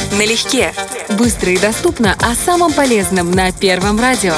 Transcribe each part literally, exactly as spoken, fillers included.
Налегке. Быстро и доступно о самом полезном на Первом радио.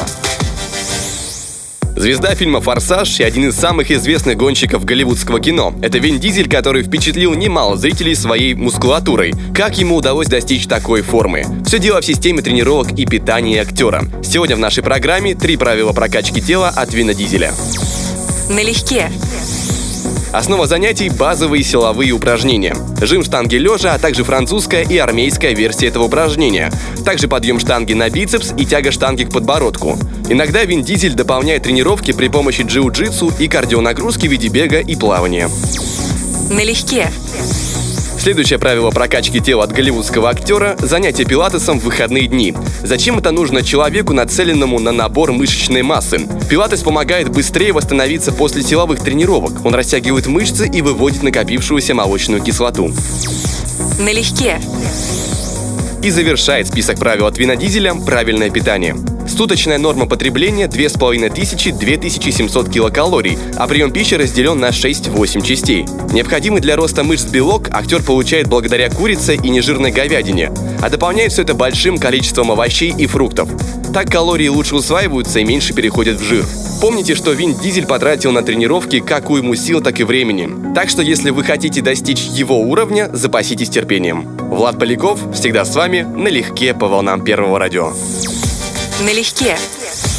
Звезда фильма «Форсаж» и один из самых известных гонщиков голливудского кино. Это Вин Дизель, который впечатлил немало зрителей своей мускулатурой. Как ему удалось достичь такой формы? Все дело в системе тренировок и питания актера. Сегодня в нашей программе три правила прокачки тела от Вина Дизеля. Налегке. Основа занятий – базовые силовые упражнения. Жим штанги лежа, а также французская и армейская версия этого упражнения. Также подъем штанги на бицепс и тяга штанги к подбородку. Иногда Вин Дизель дополняет тренировки при помощи джиу-джитсу и кардионагрузки в виде бега и плавания. Налегке. Следующее правило прокачки тела от голливудского актера – занятие пилатесом в выходные дни. Зачем это нужно человеку, нацеленному на набор мышечной массы? Пилатес помогает быстрее восстановиться после силовых тренировок. Он растягивает мышцы и выводит накопившуюся молочную кислоту. Налегке. И завершает список правил от Вина Дизеля правильное питание. Суточная норма потребления две тысячи пятьсот - две тысячи семьсот килокалорий, а прием пищи разделен на шесть-восемь частей. Необходимый для роста мышц белок актер получает благодаря курице и нежирной говядине, а дополняет все это большим количеством овощей и фруктов. Так калории лучше усваиваются и меньше переходят в жир. Помните, что Вин Дизель потратил на тренировки как уйму сил, так и времени. Так что если вы хотите достичь его уровня, запаситесь терпением. Влад Поляков всегда с вами налегке по волнам Первого радио. Налегке.